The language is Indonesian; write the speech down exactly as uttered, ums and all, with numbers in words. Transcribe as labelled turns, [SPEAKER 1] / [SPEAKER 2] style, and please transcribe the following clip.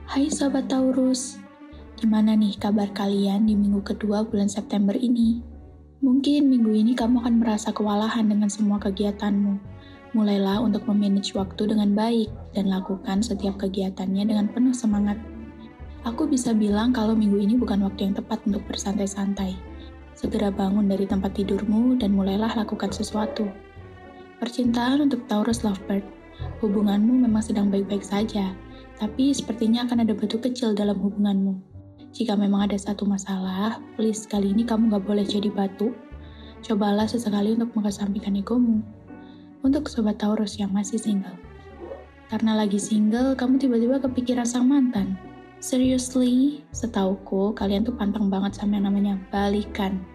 [SPEAKER 1] Hai Sobat Taurus, gimana nih kabar kalian di minggu kedua bulan September ini? Mungkin minggu ini kamu akan merasa kewalahan dengan semua kegiatanmu. Mulailah untuk memanage waktu dengan baik dan lakukan setiap kegiatannya dengan penuh semangat. Aku bisa bilang kalau minggu ini bukan waktu yang tepat untuk bersantai-santai. Segera bangun dari tempat tidurmu dan mulailah lakukan sesuatu. Percintaan untuk Taurus Lovebird. Hubunganmu memang sedang baik-baik saja, tapi sepertinya akan ada batu kecil dalam hubunganmu. Jika memang ada satu masalah, please kali ini kamu gak boleh jadi batu. Cobalah sesekali untuk mengesampingkan egomu. Untuk Sobat Taurus yang masih single. Karena lagi single, kamu tiba-tiba kepikiran sang mantan. Seriously, setauku kalian tuh pantang banget sama yang namanya balikan.